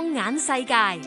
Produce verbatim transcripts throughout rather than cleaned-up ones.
放眼世界。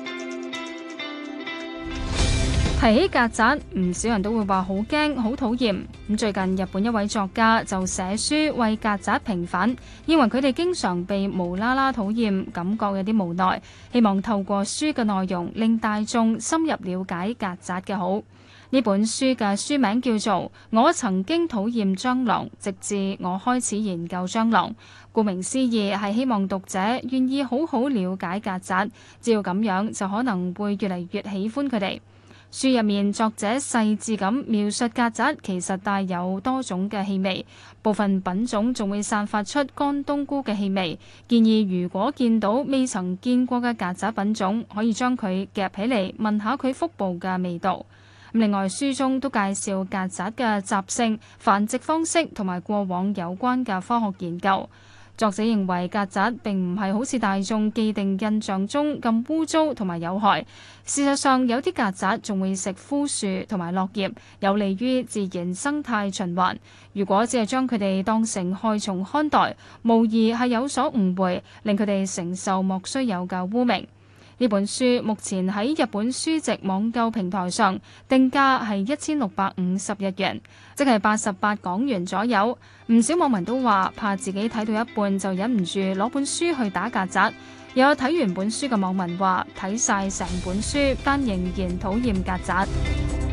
提起曱甴，唔少人都會話好驚、好討厭。咁最近日本一位作家就寫書為曱甴平反，認為佢哋經常被無啦啦討厭，感覺有啲無奈。希望透過書嘅內容令大眾深入了解曱甴嘅好。呢本書嘅書名叫做《我曾經討厭蟑螂，直至我開始研究蟑螂》。顧名思義係希望讀者願意好好了解曱甴，只要咁樣就可能會越嚟越喜歡佢哋。書入面作者細緻咁描述曱甴其實帶有多種嘅氣味，部分品種仲會散發出乾冬菇嘅氣味。建議如果見到未曾見過嘅曱甴品種，可以將佢夾起嚟聞下佢腹部嘅味道。另外書中都介紹曱甴嘅習性、繁殖方式同埋過往有關嘅科學研究。作者認為曱甴並唔係好似大眾既定印象中咁污糟同埋有害，事實上有啲曱甴仲會食枯樹同埋落葉，有利於自然生態循環。如果只係將佢哋當成害蟲看待，無疑係有所誤會，令佢哋承受莫須有嘅污名。呢本書目前喺日本書籍網購平台上定價係一千六百五十日元，即係八十八港元左右。唔少網民都話怕自己睇到一半就忍唔住攞本書去打曱甴。有睇完本書嘅網民話睇晒成本書，但仍然討厭曱甴。